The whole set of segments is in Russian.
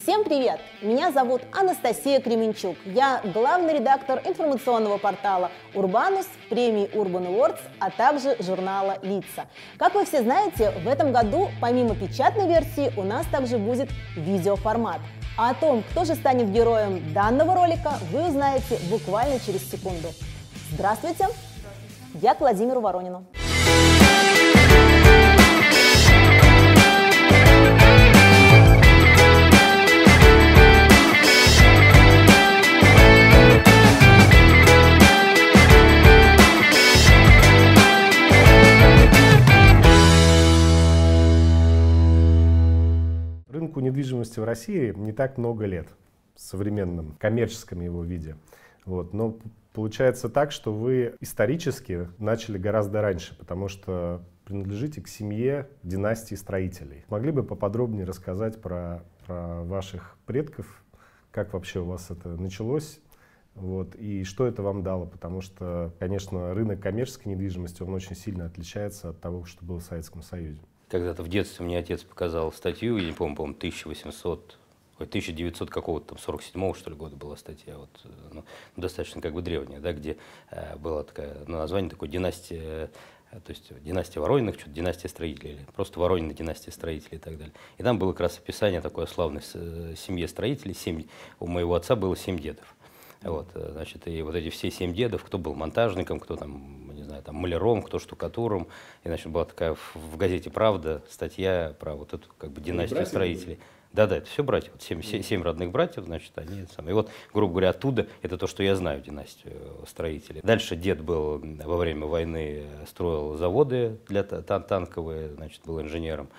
Всем привет! Меня зовут Анастасия Кременчук. Я главный редактор информационного портала Urbanus, премии Urban Awards, а также журнала «Лица». Как вы все знаете, в этом году помимо печатной версии у нас также будет видеоформат. А о том, кто же станет героем данного ролика, вы узнаете буквально через секунду. Здравствуйте! Я к Владимиру Воронину. Рынку недвижимости в России не так много лет в современном коммерческом его виде. Но получается так, что вы исторически начали гораздо раньше, потому что принадлежите к семье династии строителей. Могли бы поподробнее рассказать про ваших предков, как вообще у вас это началось? И что это вам дало? Потому что, конечно, рынок коммерческой недвижимости, он очень сильно отличается от того, что было в Советском Союзе. Когда-то в детстве мне отец показал статью, я не помню, 1900 какого-то там 47-го, что ли, года была статья, достаточно древняя, да, где было такое, название такое «Династия», то есть династия Ворониных, что-то династия строителей, или просто Воронины, династия строителей и так далее. И там было как раз описание такой славной семьи строителей, у моего отца было 7 дедов. И эти все 7 дедов, кто был монтажником, кто там, не знаю, там маляром, кто штукатуром. И, была такая в газете «Правда» статья про эту династию строителей. Да, это все братья, 7 родных братьев, они самые. И грубо говоря, оттуда, это то, что я знаю, династию строителей. Дальше дед был во время войны, строил заводы танковые, был инженером.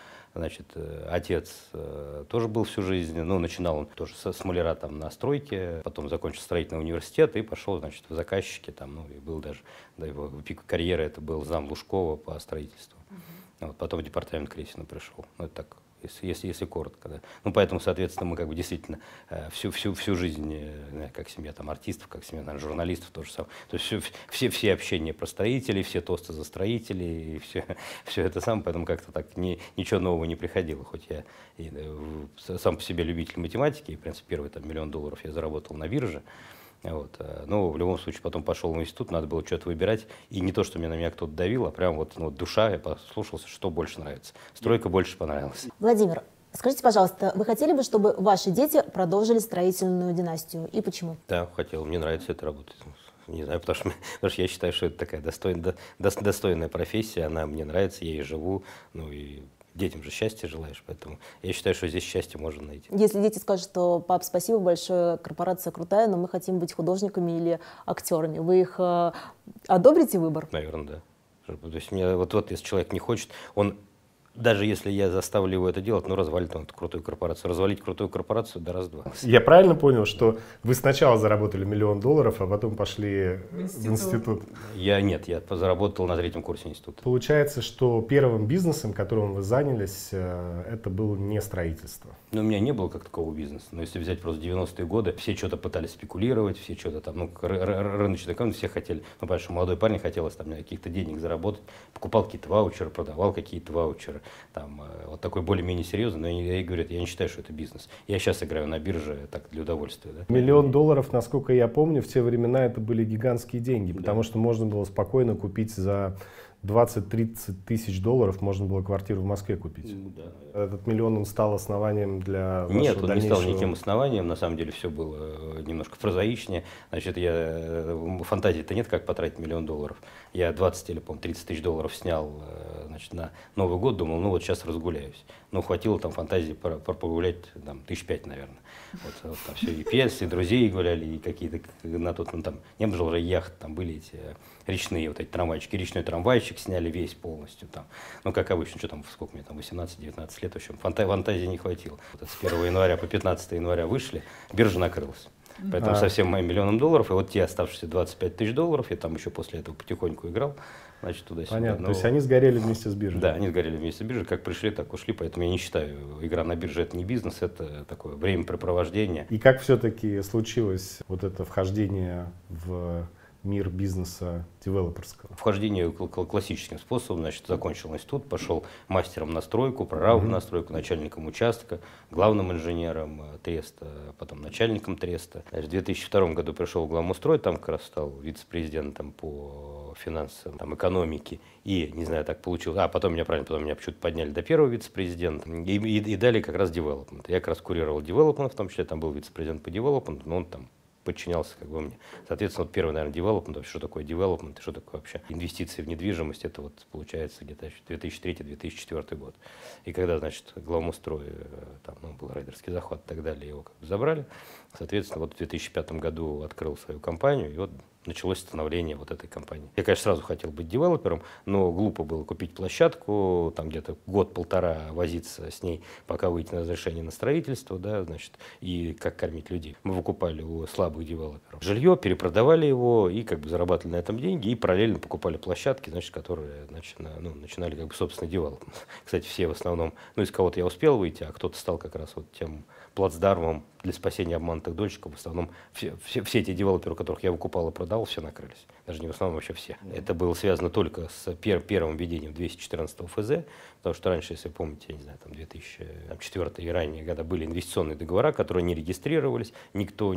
Отец тоже был всю жизнь, начинал он тоже с маляра на стройке, потом закончил строительный университет и пошел, в заказчики, и был даже, его пик карьеры, это был зам Лужкова по строительству. Потом в департамент Кресина пришел, это так, если коротко, да. Поэтому, соответственно, мы действительно всю жизнь, как семья артистов, как семья, наверное, журналистов, то же самое. То есть все общения про строителей, все тосты за строителей, и все это самое, поэтому как-то так ничего нового не приходило. Хоть я сам по себе любитель математики, и, в принципе, первый $1 миллион я заработал на бирже. Но в любом случае потом пошел в институт, надо было что-то выбирать. И не то, что на меня кто-то давил, а прям душа, я послушался, что больше нравится. Стройка больше понравилась. Владимир, скажите, пожалуйста, вы хотели бы, чтобы ваши дети продолжили строительную династию? И почему? Да, хотел. Мне нравится это работать. Не знаю, потому что я считаю, что это такая достойная профессия, она мне нравится, я ей живу, и детям же счастья желаешь, поэтому я считаю, что здесь счастье можно найти. Если дети скажут, что пап, спасибо большое, корпорация крутая, но мы хотим быть художниками или актерами, вы их одобрите выбор? Наверное, да. То есть если человек не хочет, он, даже если я заставлю его это делать, развалит он эту крутую корпорацию. Развалить крутую корпорацию, да раз-два. Я правильно понял, что вы сначала заработали $1 миллион, а потом пошли в институт? Я заработал на 3-м курсе института. Получается, что первым бизнесом, которым вы занялись, это было не строительство? У меня не было как такового бизнеса. Но если взять просто 90-е годы, все что-то пытались спекулировать, все что-то рыночные экономики, все хотели, потому что молодой парень хотелось каких-то денег заработать, покупал какие-то ваучеры, продавал какие-то ваучеры. Такой более-менее серьезный, но я говорю, я не считаю, что это бизнес. Я сейчас играю на бирже так для удовольствия. Да? $1 миллион, насколько я помню, в те времена это были гигантские деньги, потому что можно было спокойно купить за 20-30 тысяч долларов, можно было квартиру в Москве купить. Да. Этот $1 миллион стал основанием для вашего Нет, он дальнейшего... не стал никаким основанием, на самом деле все было немножко прозаичнее. Фантазии-то нет, как потратить $1 миллион. Я 20 или 30 тысяч долларов снял на Новый год, думал, сейчас разгуляюсь. Хватило фантазии погулять, 5 тысяч, наверное. Там все, и пьесы, и друзей гуляли, и какие-то, не было уже яхт, там были эти речные эти трамвайчики, речной трамвайчик сняли весь полностью там. Как обычно, сколько мне 18-19 лет, в общем, фантазии не хватило. С 1 января по 15 января вышли, биржа накрылась. Поэтому со всем моим $1 миллион, и те оставшиеся 25 тысяч долларов, я там еще после этого потихоньку играл, туда-сюда. Понятно, то есть они сгорели вместе с биржей? Да, они сгорели вместе с биржей, как пришли, так ушли, поэтому я не считаю, игра на бирже это не бизнес, это такое времяпрепровождение. И как все-таки случилось это вхождение в мир бизнеса девелоперского? Вхождение классическим способом, значит, закончил институт, пошел мастером на стройку, прорабом на стройку, начальником участка, главным инженером треста, потом начальником треста. Значит, в 2002 году пришел в главмустрой, там как раз стал вице-президентом по финансам, там, экономике, и, не знаю, так получилось, потом меня почему-то подняли до первого вице-президента, и далее как раз девелопмент. Я как раз курировал девелопмент, в том числе там был вице-президент по девелопменту, но он там подчинялся как бы мне. Соответственно, вот первый, наверное, девелопмент, что такое девелопмент, что такое вообще инвестиции в недвижимость, это вот получается где-то 2003-2004 год. И когда, значит, главмустрой, там, был рейдерский захват и так далее, его как бы забрали, соответственно, вот в 2005 году открыл свою компанию, и вот началось становление вот этой компании. Я, конечно, сразу хотел быть девелопером, но глупо было купить площадку, там где-то год-полтора возиться с ней, пока выйти на разрешение на строительство, да, значит, и как кормить людей. Мы выкупали у слабых девелоперов жилье, перепродавали его и как бы зарабатывали на этом деньги, и параллельно покупали площадки, значит, которые начинали как бы собственный девелопмент. Кстати, все в основном, из кого-то я успел выйти, а кто-то стал как раз вот тем плацдармом для спасения обманутых дольщиков. В основном все эти девелоперы, у которых я выкупал и продавал, все накрылись. Даже не в основном, вообще все. Это было связано только с первым введением 214 ФЗ, потому что раньше, если вы помните, я не знаю, там 2004 и ранее года были инвестиционные договора, которые не регистрировались, никто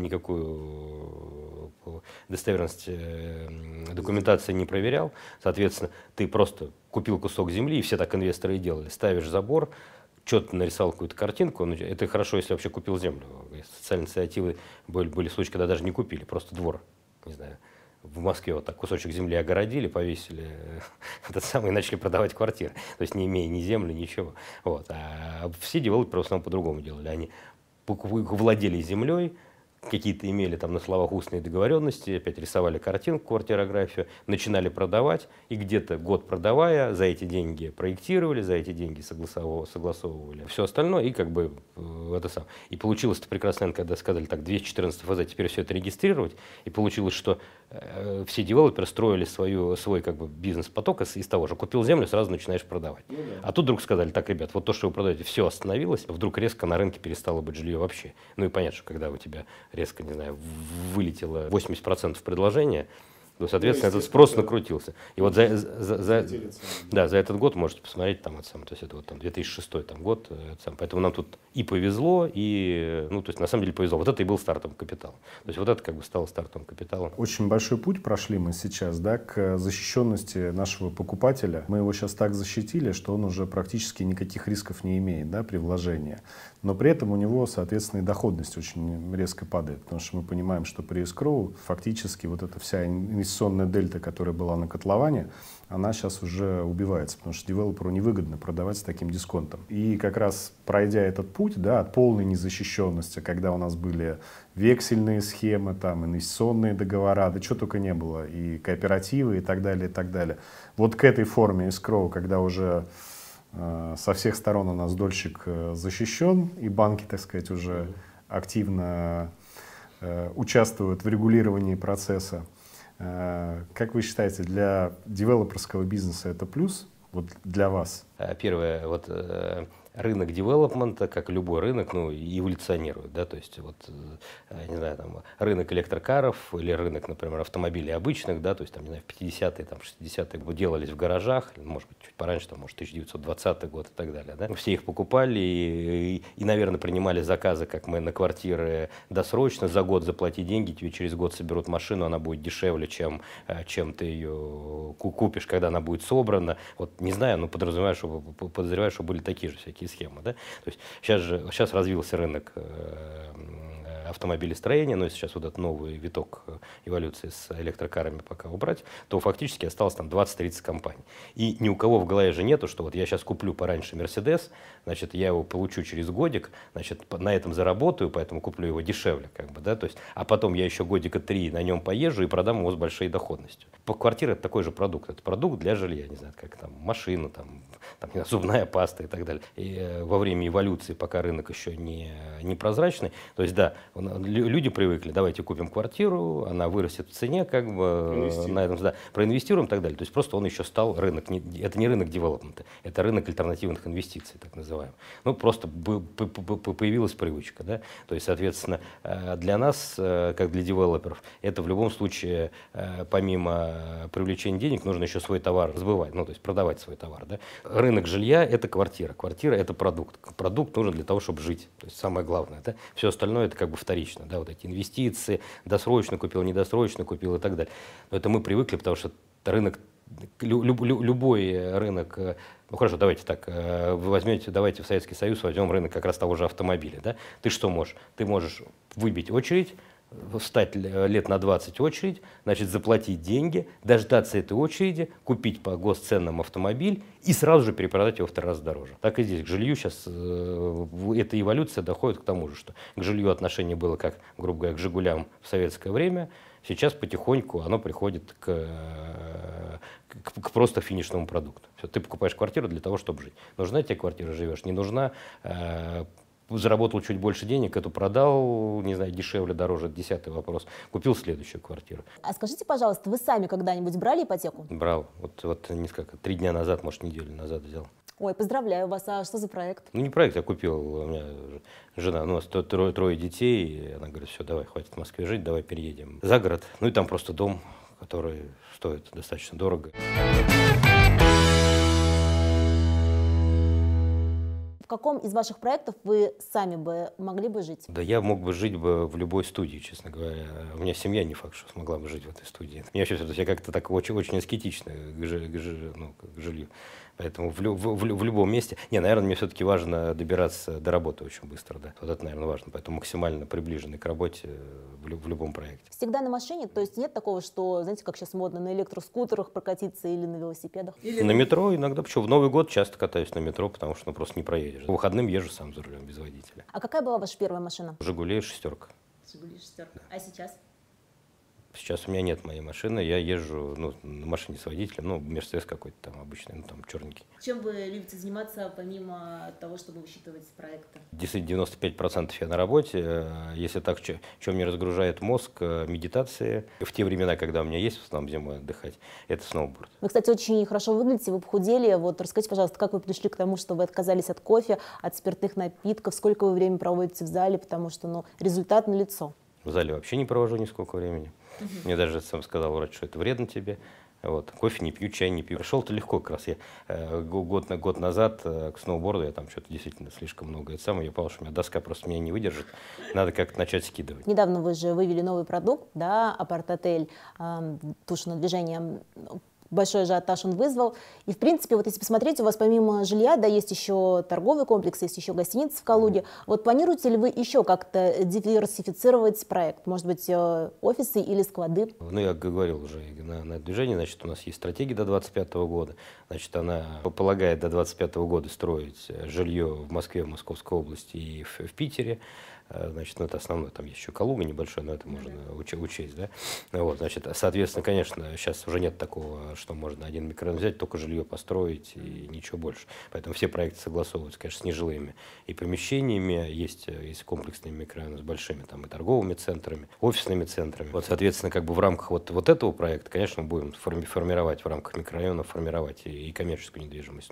никакую достоверность документации не проверял. Соответственно, ты просто купил кусок земли, и все так инвесторы и делали. Ставишь забор, что-то нарисовал какую-то картинку, это хорошо, если вообще купил землю. Социальные инициативы были случаи, когда даже не купили, просто двор, не знаю, в Москве вот так кусочек земли огородили, повесили этот самый, и начали продавать квартиры, то есть не имея ни земли, ничего. Вот. А все девелоперы в основном по-другому делали, они владели землей, какие-то имели там на словах устные договоренности, опять рисовали картинку, квартирографию, начинали продавать, и где-то год продавая, за эти деньги проектировали, за эти деньги согласовывали все остальное, и как бы И получилось-то прекрасно, когда сказали, так, 214 ФЗ, теперь все это регистрировать, и получилось, что все девелоперы строили свой как бы бизнес-поток из того же, купил землю, сразу начинаешь продавать. А тут вдруг сказали, так, ребят, вот то, что вы продаете, все остановилось, вдруг резко на рынке перестало быть жилье вообще. Ну и понятно, что когда у тебя резко, не знаю, вылетело 80% предложения, то, соответственно, этот спрос накрутился. И вот за этот год можете посмотреть, то есть это вот там 2006 год, поэтому нам тут и повезло, и, то есть на самом деле повезло. Вот это и был стартовым капиталом. То есть вот это как бы стало стартовым капиталом. Очень большой путь прошли мы сейчас, да, к защищенности нашего покупателя. Мы его сейчас так защитили, что он уже практически никаких рисков не имеет, да, при вложении. Но при этом у него, соответственно, и доходность очень резко падает, потому что мы понимаем, что при эскроу фактически вот эта вся инвестиционная дельта, которая была на котловане, она сейчас уже убивается, потому что девелоперу невыгодно продавать с таким дисконтом. И как раз пройдя этот путь, да, от полной незащищенности, когда у нас были вексельные схемы, там, инвестиционные договора, да что только не было, и кооперативы и так далее, и так далее. Вот к этой форме эскроу, когда уже со всех сторон у нас дольщик защищен, и банки, так сказать, уже активно участвуют в регулировании процесса. Как вы считаете, для девелоперского бизнеса это плюс? Вот для вас? Первое, рынок девелопмента, как любой рынок, эволюционирует, да, то есть не знаю, рынок электрокаров или рынок, например, автомобилей обычных, да, то есть там, не знаю, в 50-е, 60-е делались в гаражах, может быть, чуть пораньше, может, 1920 год и так далее, да, все их покупали и, наверное, принимали заказы, как мы, на квартиры досрочно, за год заплати деньги, тебе через год соберут машину, она будет дешевле, чем ты ее купишь, когда она будет собрана, не знаю, подразумеваю, что были такие же всякие схемы, да? То есть сейчас развился рынок автомобилестроения, но если сейчас вот этот новый виток эволюции с электрокарами пока убрать, то фактически осталось там 20-30 компаний. И ни у кого в голове же нету, что я сейчас куплю пораньше Мерседес, значит, я его получу через годик, значит, на этом заработаю, поэтому куплю его дешевле, как бы, да, то есть, а потом я еще годика 3 на нем поезжу и продам его с большой доходностью. Квартира — это такой же продукт, это продукт для жилья, не знаю, как там машина, зубная паста и так далее. И во время эволюции, пока рынок еще не прозрачный, то есть, да, люди привыкли, давайте купим квартиру, она вырастет в цене, как бы, на этом, да, проинвестируем и так далее. То есть просто он еще стал рынок, это не рынок девелопмента, это рынок альтернативных инвестиций, так называемый. Ну, просто появилась привычка, да. То есть, соответственно, для нас, как для девелоперов, это в любом случае, помимо привлечения денег, нужно еще свой товар сбывать, ну, то есть продавать свой товар, да. Рынок жилья – это квартира, квартира – это продукт. Продукт нужен для того, чтобы жить, то есть самое главное, да. Все остальное – это как бы вторично, да, вот эти инвестиции, досрочно купил, недосрочно купил и так далее. Но это мы привыкли, потому что рынок, любой рынок, ну хорошо, давайте так, вы возьмете, давайте в Советский Союз возьмем рынок как раз того же автомобиля, да. Ты что можешь? Ты можешь выбить очередь, встать лет на 20 очередь, значит, заплатить деньги, дождаться этой очереди, купить по госценам автомобиль и сразу же перепродать его в 3 раза дороже. Так и здесь. К жилью сейчас эта эволюция доходит к тому же, что к жилью отношение было, как, грубо говоря, к «Жигулям» в советское время. Сейчас потихоньку оно приходит к просто финишному продукту. Все, ты покупаешь квартиру для того, чтобы жить. Нужна тебе квартира, живешь, не нужна, заработал чуть больше денег, эту продал, не знаю, дешевле, дороже, 10-й вопрос. Купил следующую квартиру. А скажите, пожалуйста, вы сами когда-нибудь брали ипотеку? Брал. Вот несколько, 3 дня назад, может, неделю назад взял. Ой, поздравляю вас. А что за проект? Ну, не проект, я купил. У меня жена, ну, у нас трое детей. И она говорит, все, давай, хватит в Москве жить, давай переедем за город. Ну, и там просто дом, который стоит достаточно дорого. В каком из ваших проектов вы сами бы могли бы жить? Да я мог бы жить бы в любой студии, честно говоря. У меня семья не факт, что смогла бы жить в этой студии. Мне вообще я как-то так очень аскетично к жилью. Поэтому в любом месте. Не, наверное, мне все-таки важно добираться до работы очень быстро. Да. Вот это, наверное, важно. Поэтому максимально приближенный к работе в любом проекте. Всегда на машине? То есть нет такого, что, знаете, как сейчас модно, на электроскутерах прокатиться или на велосипедах? На метро иногда. Почему? В Новый год часто катаюсь на метро, потому что просто не проедешь. По выходным езжу сам за рулем, без водителя. А какая была ваша первая машина? «Жигули» 6. «Жигули» 6. Да. А сейчас? Сейчас у меня нет моей машины, я езжу на машине с водителем, Мерседес какой-то там обычный, там черненький. Чем вы любите заниматься, помимо того, чтобы высчитывать проекты? Действительно, 95% я на работе. Если так, что мне разгружает мозг, медитации. В те времена, когда у меня есть в основном зимой отдыхать, это сноуборд. Вы, кстати, очень хорошо выглядите, вы похудели. Вот расскажите, пожалуйста, как вы пришли к тому, что вы отказались от кофе, от спиртных напитков, сколько вы времени проводите в зале, потому что результат налицо. В зале вообще не провожу нисколько времени. Мне даже сам сказал врач, что это вредно тебе. Вот. Кофе не пью, чай не пью. Пришел-то легко как раз. Я год назад к сноуборду, я там что-то действительно слишком много. Это самое, я понял, что у меня доска просто меня не выдержит. Надо как-то начать скидывать. Недавно вы же вывели новый продукт, да, апарт-отель, тушь на движение. Большой ажиотаж он вызвал. И, в принципе, вот если посмотреть, у вас помимо жилья, да, есть еще торговый комплекс, есть еще гостиница в Калуге. Вот планируете ли вы еще как-то диверсифицировать проект? Может быть, офисы или склады? Ну, я говорил уже на движении, значит, у нас есть стратегия до 2025 года. Значит, она полагает до 2025 года строить жилье в Москве, в Московской области и в Питере. Значит, это основное, там есть еще Калуга небольшой, но это можно учесть, да. Вот, значит, соответственно, конечно, сейчас уже нет такого, что можно один микрорайон взять, только жилье построить и ничего больше. Поэтому все проекты согласовываются, конечно, с нежилыми и помещениями, есть комплексные микрорайоны с большими там и торговыми центрами, офисными центрами. Вот, соответственно, как бы в рамках вот этого проекта, конечно, мы будем формировать в рамках микрорайонов, формировать и коммерческую недвижимость,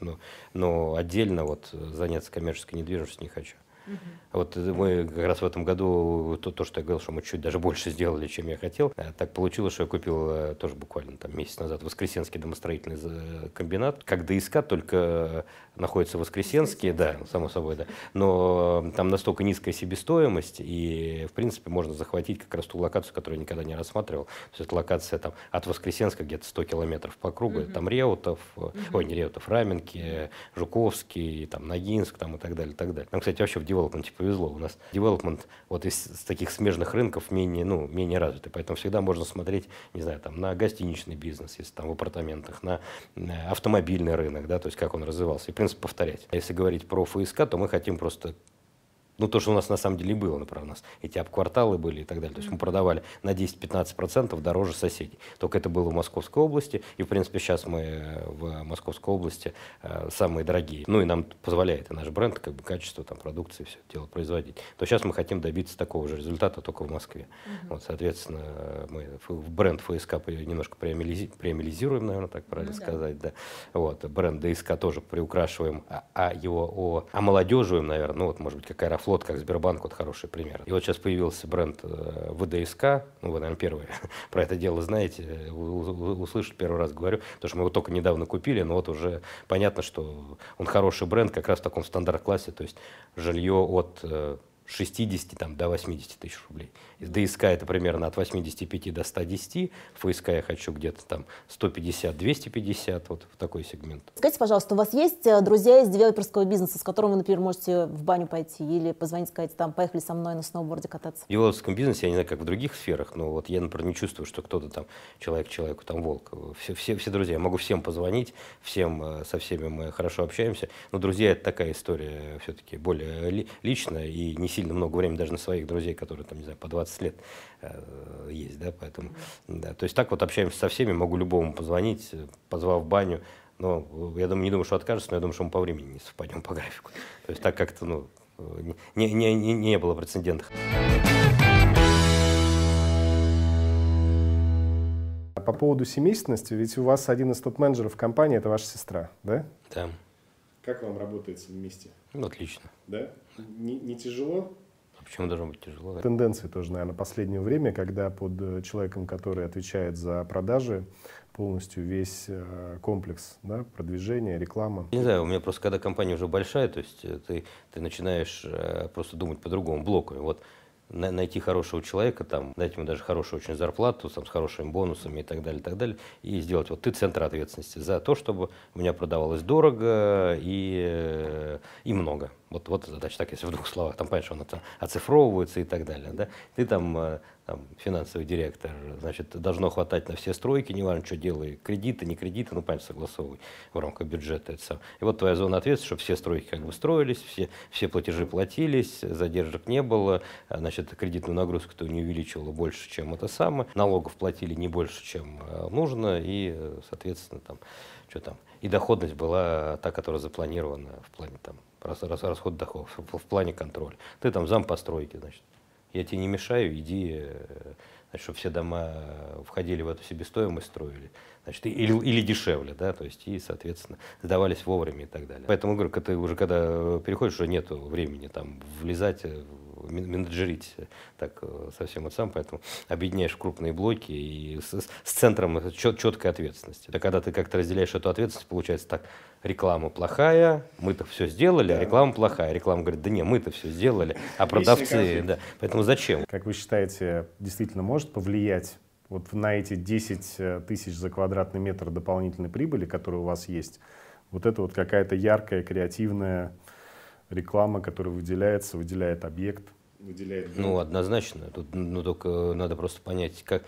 но отдельно вот заняться коммерческой недвижимостью не хочу. Вот мы как раз в этом году, то, что я говорил, что мы чуть даже больше сделали, чем я хотел, так получилось, что я купил тоже буквально там месяц назад Воскресенский домостроительный комбинат, как ДСК, только находится в Воскресенске, да, само собой, да, но там настолько низкая себестоимость, и, в принципе, можно захватить как раз ту локацию, которую я никогда не рассматривал. То есть это локация там от Воскресенска где-то 100 километров по кругу, там Реутов, ой, не Реутов, Раменки, Жуковский, там Ногинск, там и так далее, и так далее. Нам, кстати, вообще в девелопменте повезло. У нас девелопмент вот из таких смежных рынков менее развитый, поэтому всегда можно смотреть, не знаю, там на гостиничный бизнес, если там в апартаментах, на автомобильный рынок, да, то есть как он развивался, и, в принципе, повторять. Если говорить про ФСК, то мы хотим просто Ну, то, что у нас на самом деле и было, например, у нас эти обкварталы были и так далее. То есть мы продавали на 10-15% дороже соседей. Только это было в Московской области, и, в принципе, сейчас мы в Московской области самые дорогие. Ну, и нам позволяет и наш бренд, как бы качество, там, продукции, все это дело производить. То сейчас мы хотим добиться такого же результата только в Москве. Вот, соответственно, мы бренд ФСК немножко премиализируем, наверное, так правильно сказать, да. Вот, бренд ДСК тоже приукрашиваем, его омолодеживаем, наверное, ну, вот, может быть, как Аэрофлот, как Сбербанк, вот хороший пример. И вот сейчас появился бренд ВДСК, ну, вы, наверное, первые про это дело знаете, услышали, первый раз говорю, потому что мы его только недавно купили, но вот уже понятно, что он хороший бренд, как раз в таком стандарт-классе, то есть жилье от 60 там, до 80 тысяч рублей. Из ДСК это примерно от 85 до 110, ФСК я хочу где-то там 150-250, вот в такой сегмент. Скажите, пожалуйста, у вас есть друзья из девелоперского бизнеса, с которым вы, например, можете в баню пойти или позвонить, сказать, там, поехали со мной на сноуборде кататься? В девелоперском бизнесе, я не знаю, как в других сферах, но вот я, например, не чувствую, что кто-то там, человеку там волк. Все друзья, я могу всем позвонить, со всеми мы хорошо общаемся, но друзья — это такая история все-таки более личная, и не сильно много времени даже на своих друзей, которые там, не знаю, по 20 лет есть, да, поэтому, да, то есть так вот общаемся со всеми, могу любому позвонить, позвав в баню, но я думаю, не думаю, что откажется, но я думаю, что мы по времени не совпадем по графику, то есть так как-то, ну, не было прецедентов. По поводу семейственности, ведь у вас один из топ-менеджеров компании — это ваша сестра, да? Да. Как вам работается вместе? Ну, отлично. Да? Не тяжело? А почему должно быть тяжело? Тенденции тоже, наверное, последнее время, когда под человеком, который отвечает за продажи, полностью весь комплекс, да, продвижения, реклама. Не знаю, у меня просто, когда компания уже большая, то есть ты начинаешь просто думать по-другому, блоками. Вот найти хорошего человека, там, дать ему даже хорошую очень зарплату, там, с хорошими бонусами и так далее, и сделать. Вот ты центр ответственности за то, чтобы у меня продавалось дорого и много. Вот задача, так, если в двух словах, там, понятно, что она там оцифровывается и так далее, да. Ты там финансовый директор, значит, должно хватать на все стройки, неважно, что делай, кредиты, не кредиты, ну, понятно, согласовывай в рамках бюджета. Это сам. И вот твоя зона ответственности, чтобы все стройки как бы строились, все платежи платились, задержек не было, значит, кредитную нагрузку ты не увеличивала больше, чем это самое, налогов платили не больше, чем нужно, и, соответственно, там, что там, и доходность была та, которая запланирована в плане там расход доходов, в плане контроля. Ты там зам постройки, значит, я тебе не мешаю, иди, значит, чтобы все дома входили в эту себестоимость, строили, значит, или дешевле, да, то есть, и, соответственно, сдавались вовремя и так далее. Поэтому, говорю, ты уже когда переходишь, уже нету времени там влезать, менеджерить так совсем вот сам, поэтому объединяешь в крупные блоки и с центром четкой ответственности. А когда ты как-то разделяешь эту ответственность, получается так: реклама плохая, мы-то все сделали, а реклама плохая. Реклама говорит: да не, мы-то все сделали, а продавцы, да, поэтому зачем? Как вы считаете, действительно может повлиять вот на эти 10 тысяч за квадратный метр дополнительной прибыли, которые у вас есть, вот это вот какая-то яркая, креативная реклама, которая выделяет объект, выделяет... Ну, однозначно. Тут, ну, только надо просто понять, как...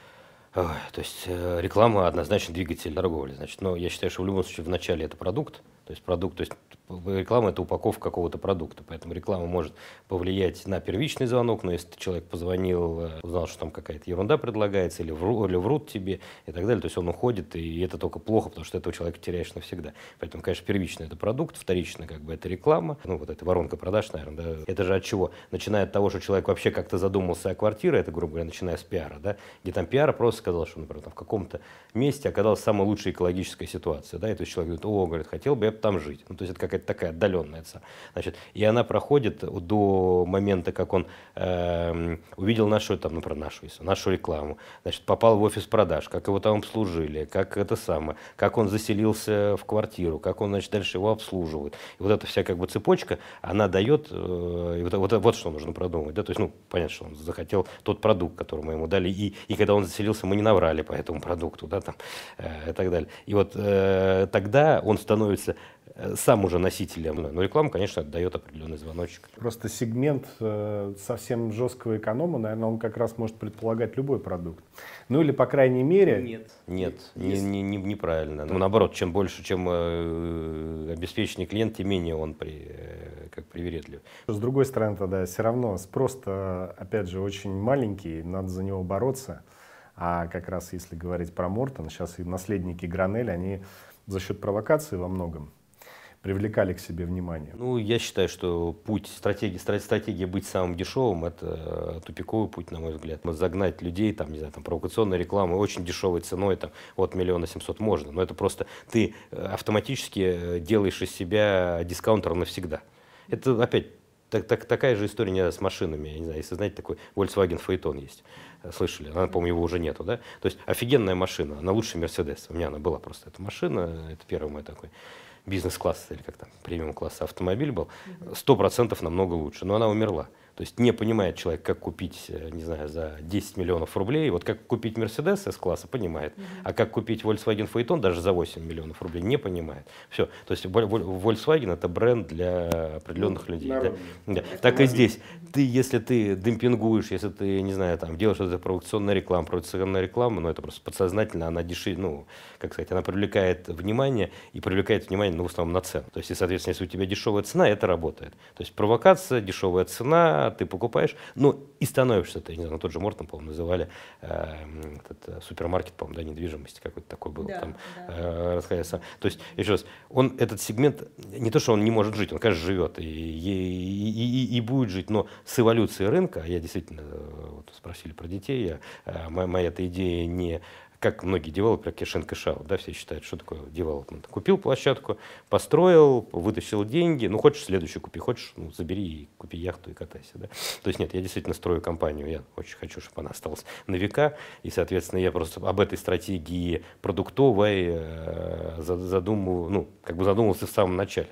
То есть реклама однозначно двигатель торговли. Значит, но я считаю, что в любом случае вначале это продукт. То есть реклама — это упаковка какого-то продукта, поэтому реклама может повлиять на первичный звонок, но если человек позвонил, узнал, что там какая-то ерунда предлагается, или врут тебе и так далее, то есть он уходит, и это только плохо, потому что этого человека теряешь навсегда. Поэтому, конечно, первичный — это продукт, вторично как бы это реклама, ну вот эта воронка продаж, наверное, да. Это же от чего? Начиная от того, что человек вообще как-то задумался о квартире, это, грубо говоря, начиная с пиара, да, где там пиар просто сказал, что, например, там в каком-то месте оказалась самая лучшая экологическая ситуация, да, и то есть человек говорит: говорит, хотел бы я там жить. Ну, то есть это какая-то такая отдаленная, значит, и она проходит до момента, как он увидел нашу рекламу, значит, попал в офис продаж, как его там обслужили, как он заселился в квартиру, как он, значит, дальше его обслуживает. И вот эта вся как бы цепочка, она дает, вот что нужно продумать, да, то есть, ну, понятно, что он захотел тот продукт, который мы ему дали, и когда он заселился, мы не наврали по этому продукту, да, там, и так далее. И вот тогда он становится сам уже носитель, но реклама, конечно, отдает определенный звоночек. Просто сегмент совсем жесткого эконома, наверное, он как раз может предполагать любой продукт. Ну или, по крайней мере... Нет, неправильно. Ну, наоборот, чем больше, чем обеспеченный клиент, тем менее он как привередлив. С другой стороны, тогда все равно спрос-то, опять же, очень маленький, надо за него бороться. А как раз если говорить про Мортон, сейчас и наследники Гранель, они за счет провокации во многом привлекали к себе внимание. Ну, я считаю, что стратегия быть самым дешевым – это тупиковый путь, на мой взгляд. Загнать людей, там, не знаю, там, провокационной рекламой, очень дешевой ценой, там, от 1 700 000 можно. Но это просто ты автоматически делаешь из себя дискаунтер навсегда. Это опять такая же история не с машинами. Я не знаю, если знаете, такой Volkswagen Phaeton есть. Слышали? Она, по-моему, его уже нету, да? То есть офигенная машина, она лучше Mercedes. У меня она была просто эта машина, это первый мой такой бизнес-класс или как там, премиум-класса автомобиль был, 100% намного лучше, но она умерла. То есть не понимает человек, как купить, не знаю, за 10 миллионов рублей. Вот как купить Mercedes S-класса, понимает. А как купить Volkswagen Phaeton даже за 8 миллионов рублей, не понимает. Все. То есть Volkswagen это бренд для определенных людей. Да. Так и здесь. Если ты демпингуешь, если ты, не знаю, там, делаешь это провокационная реклама, но это просто подсознательно, она как сказать, она привлекает внимание, и привлекает внимание, ну, в основном на цену. То есть, и, соответственно, если у тебя дешевая цена, это работает. То есть провокация, дешевая цена, ты покупаешь, ну и становишься ты, не знаю, тот же Мортон, по-моему, называли этот супермаркет, по-моему, да, недвижимости какой-то такой был. Да, там, да. То есть, еще раз, этот сегмент, не то, что он не может жить, он, конечно, живет и будет жить, но с эволюцией рынка, я действительно, вот спросили про детей, моя эта идея не... Как многие девелоперы, cash in, cash out, да, все считают, что такое девелопмент. Купил площадку, построил, вытащил деньги, ну, хочешь следующую купи, хочешь, ну, забери и купи яхту и катайся, да. То есть нет, я действительно строю компанию, я очень хочу, чтобы она осталась на века, и, соответственно, я просто об этой стратегии продуктовой задумывался в самом начале.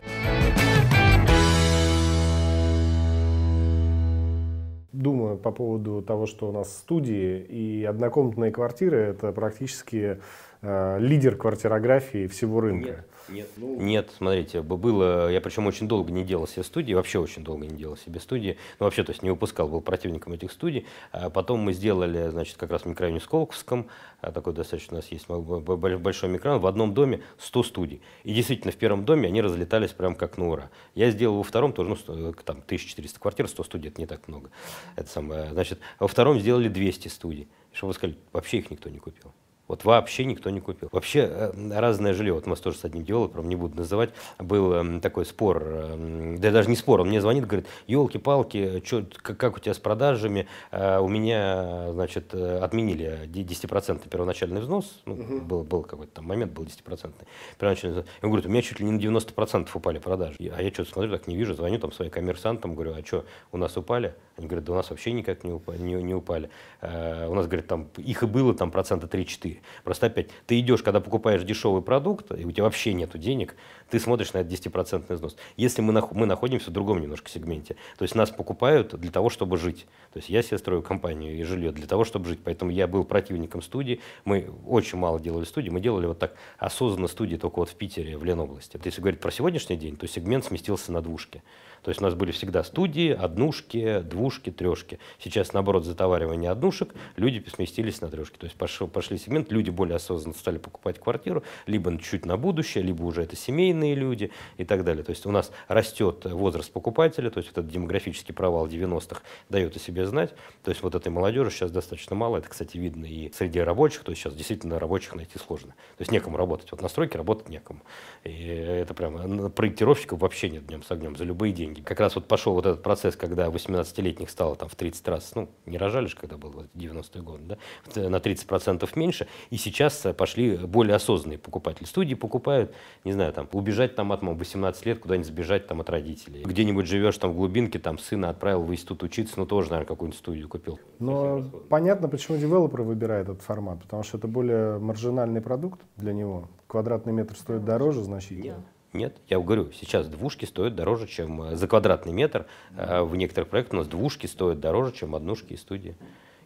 Думаю по поводу того, что у нас студии и однокомнатные квартиры – это практически лидер квартирографии всего рынка. Нет, смотрите, я причем очень долго не делал себе студии, вообще очень долго не делал себе студии, ну вообще, то есть не выпускал, был противником этих студий. А потом мы сделали, значит, как раз в микрорайоне Сколковском, такой достаточно у нас есть большой микрорайон, в одном доме 100 студий. И действительно, в первом доме они разлетались прям как на ура. Я сделал во втором тоже, ну, там 1400 квартир, 100 студий, это не так много. Это самое, значит, во втором сделали 200 студий. Что вы сказали, вообще их никто не купил. Вот вообще никто не купил. Вообще разное жилье, вот у нас тоже с одним девелопером, не буду называть, был такой спор, да даже не спор, он мне звонит, говорит, елки-палки, как у тебя с продажами, у меня, значит, отменили 10% первоначальный взнос, ну, был какой-то там момент, был 10% первоначальный взнос. Он говорит, у меня чуть ли не на 90% упали продажи. А я что-то смотрю, так не вижу, звоню там своим коммерсантам, говорю, а что, у нас упали? Они говорят, да у нас вообще никак не упали. У нас, говорит, там их и было там 3-4%. Просто опять, ты идешь, когда покупаешь дешевый продукт, и у тебя вообще нету денег, ты смотришь на этот 10% взнос. Если мы находимся в другом немножко сегменте, то есть нас покупают для того, чтобы жить. То есть я себе строю компанию и жилье для того, чтобы жить. Поэтому я был противником студии. Мы очень мало делали студии. Мы делали вот так осознанно студии только вот в Питере, в Ленобласти. Если говорить про сегодняшний день, то сегмент сместился на двушки. То есть у нас были всегда студии, однушки, двушки, трешки. Сейчас, наоборот, затоваривание однушек, люди сместились на трешки. То есть пошли сегмент, люди более осознанно стали покупать квартиру, либо чуть на будущее, либо уже это семейные люди и так далее. То есть у нас растет возраст покупателя, то есть вот этот демографический провал 90-х дает о себе знать. То есть вот этой молодежи сейчас достаточно мало. Это, кстати, видно и среди рабочих. То есть сейчас действительно рабочих найти сложно. То есть некому работать. Вот на стройке работать некому. И это прямо проектировщиков вообще нет днем с огнем за любые деньги. Как раз вот пошел вот этот процесс, когда 18-летних стало там в 30 раз, ну, не рожали же, когда был вот 90-е годы, да, на 30% меньше, и сейчас пошли более осознанные покупатели. Студии покупают, не знаю, там, убежать там от 18 лет, куда-нибудь сбежать там от родителей. Где-нибудь живешь там в глубинке, там, сына отправил в институт учиться, ну, тоже, наверное, какую-нибудь студию купил. Но понятно, почему девелопер выбирает этот формат, потому что это более маржинальный продукт для него. Квадратный метр стоит дороже значительно. Нет, я говорю, сейчас двушки стоят дороже, чем за квадратный метр. В некоторых проектах у нас двушки стоят дороже, чем однушки и студии.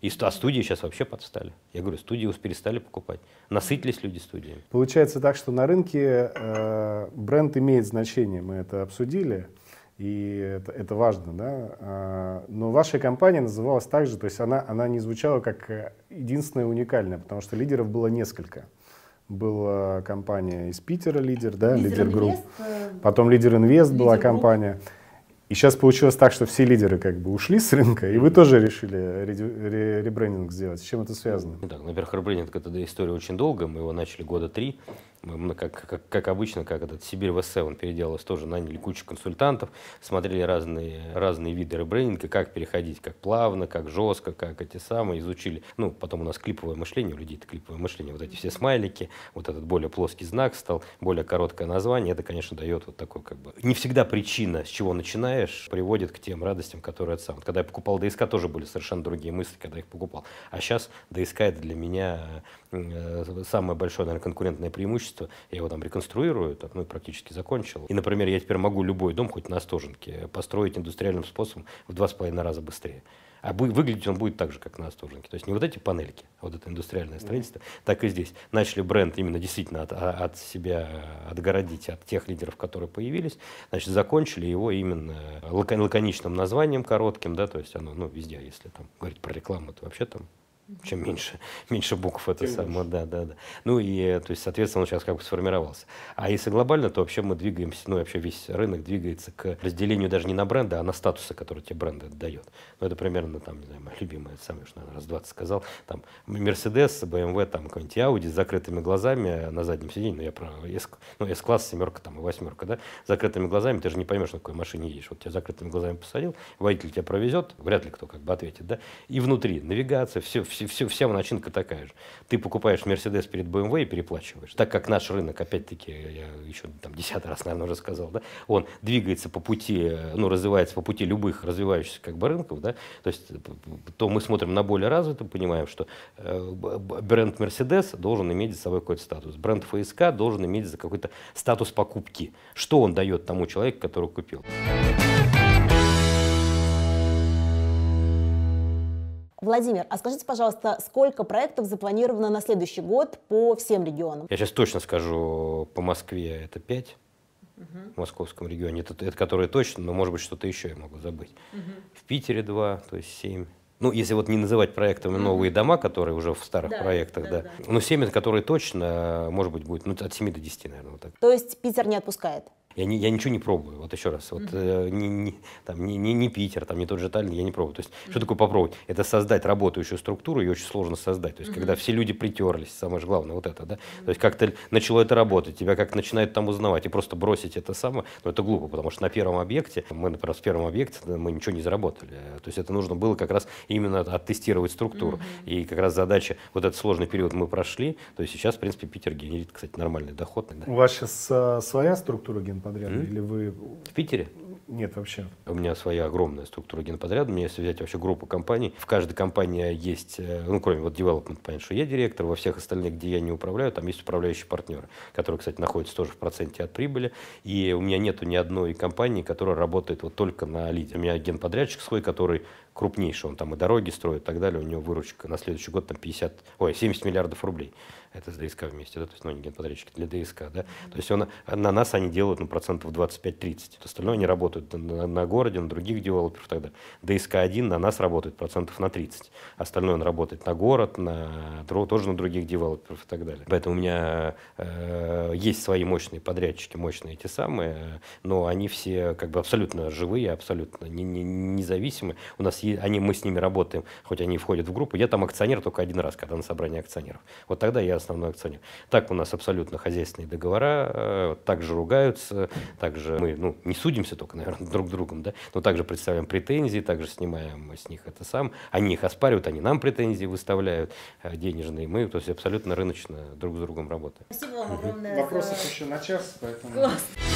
А студии сейчас вообще подстали. Я говорю, студии перестали покупать. Насытились люди студиями. Получается так, что на рынке бренд имеет значение, мы это обсудили, и это важно, да? Но ваша компания называлась так же, то есть она не звучала как единственная уникальная, потому что лидеров было несколько. Была компания из Питера, лидер, да, Лидер Групп, потом Лидер Инвест была компания. И сейчас получилось так, что все лидеры как бы ушли с рынка, и вы тоже решили ребрендинг сделать. С чем это связано? Ну, так, во-первых, ребрендинг — это история очень долгая, мы его начали года 3. Мы, как обычно, как этот Сибирь ВС, он переделалось тоже, наняли кучу консультантов, смотрели разные виды ребрендинга, как переходить, как плавно, как жестко, как эти самые, изучили. Ну, потом у нас клиповое мышление, у людей это клиповое мышление, вот эти все смайлики, вот этот более плоский знак стал, более короткое название, это, конечно, дает вот такой как бы... Не всегда причина, с чего начинаешь, приводит к тем радостям, которые это сам. Когда я покупал ДСК, тоже были совершенно другие мысли, когда я их покупал. А сейчас ДСК — это для меня самое большое, наверное, конкурентное преимущество. Я его там реконструирую, ну, практически закончил. И, например, я теперь могу любой дом, хоть на Остоженке, построить индустриальным способом в 2,5 раза быстрее. А выглядеть он будет так же, как на Остоженке. То есть не вот эти панельки, а вот это индустриальное строительство, так и здесь. Начали бренд именно действительно от себя отгородить от тех лидеров, которые появились. Значит, закончили его именно лаконичным названием, коротким, да, то есть оно, ну, везде, если там говорить про рекламу, то вообще там чем меньше букв, это самое, да. Ну и, то есть, соответственно, он сейчас как бы сформировался. А если глобально, то вообще мы двигаемся, ну, вообще весь рынок двигается к разделению даже не на бренды, а на статусы, которые тебе бренд дает. Ну, это примерно, там, не знаю, моя любимая, это самое, что, наверное, раз 20 сказал, там, Mercedes, BMW, там, какой-нибудь Audi с закрытыми глазами на заднем сиденье, ну, я про S-класс, 7, там, и 8, да, с закрытыми глазами, ты же не поймешь, на какой машине едешь. Вот тебя закрытыми глазами посадил, водитель тебя провезет, вряд ли кто как бы ответит, да, и внутри навигация, вся начинка такая же. Ты покупаешь Mercedes перед BMW и переплачиваешь. Так как наш рынок, опять-таки, я еще там 10 раз, наверное, уже сказал, да, он двигается по пути, ну, развивается по пути любых развивающихся как бы рынков, да, то есть то мы смотрим на более развитым, понимаем, что бренд Mercedes должен иметь за собой какой-то статус, бренд ФСК должен иметь за какой-то статус покупки. Что он дает тому человеку, который купил? Владимир, а скажите, пожалуйста, сколько проектов запланировано на следующий год по всем регионам? Я сейчас точно скажу, по Москве это 5, в московском регионе, это которые точно, но может быть что-то еще я могу забыть. В Питере 2, то есть 7. Ну, если вот не называть проектами новые дома, которые уже в старых проектах, да. Но 7, которые точно, может быть, будет, ну, от 7 до 10, наверное, вот так. То есть Питер не отпускает? Я ничего не пробую, вот еще раз, вот, не Питер, там, не тот же Таллин, я не пробую. То есть, что такое попробовать? Это создать работающую структуру, ее очень сложно создать. То есть, когда все люди притерлись, самое же главное, вот это, да? То есть, как-то начало это работать, тебя как начинают там узнавать, и просто бросить это самое, ну, это глупо, потому что на первом объекте, мы, например, в первом объекте мы ничего не заработали. То есть, это нужно было как раз именно оттестировать структуру. И как раз задача, вот этот сложный период мы прошли, то есть, сейчас, в принципе, Питер генерит, кстати, нормальный доход. Да. У вас сейчас своя структура генподряда? Или вы... В Питере? Нет, вообще. У меня своя огромная структура генподряда. У меня, если взять вообще группу компаний, в каждой компании есть, ну, кроме вот development, понятно, что я директор, во всех остальных, где я не управляю, там есть управляющие партнеры, которые, кстати, находятся тоже в проценте от прибыли. И у меня нету ни одной компании, которая работает вот только на лиде. У меня генподрядчик свой, который крупнейший, он там и дороги строит и так далее, у него выручка на следующий год там 70 миллиардов рублей. Это с ДСК вместе, да, то есть, ну, не генподрядчики, для ДСК, да. То есть на нас они делают, ну, процентов 25-30. Остальное они работают на городе, на других девелоперов и так далее. ДСК-1 на нас работает процентов на 30. Остальное он работает на город, тоже на других девелоперов и так далее. Поэтому у меня есть свои мощные подрядчики, мощные эти самые, но они все как бы абсолютно живые, абсолютно независимые. У нас мы с ними работаем, хоть они входят в группу. Я там акционер только один раз, когда на собрании акционеров. Вот тогда я основной акционер. Так у нас абсолютно хозяйственные договора, также ругаются, также мы, ну, не судимся только, наверное, друг с другом, да, но также представляем претензии, также снимаем с них это сам. Они их оспаривают, они нам претензии выставляют денежные. Мы, то есть, абсолютно рыночно друг с другом работаем. Спасибо вам огромное. Вопросов еще на час, поэтому... Класс.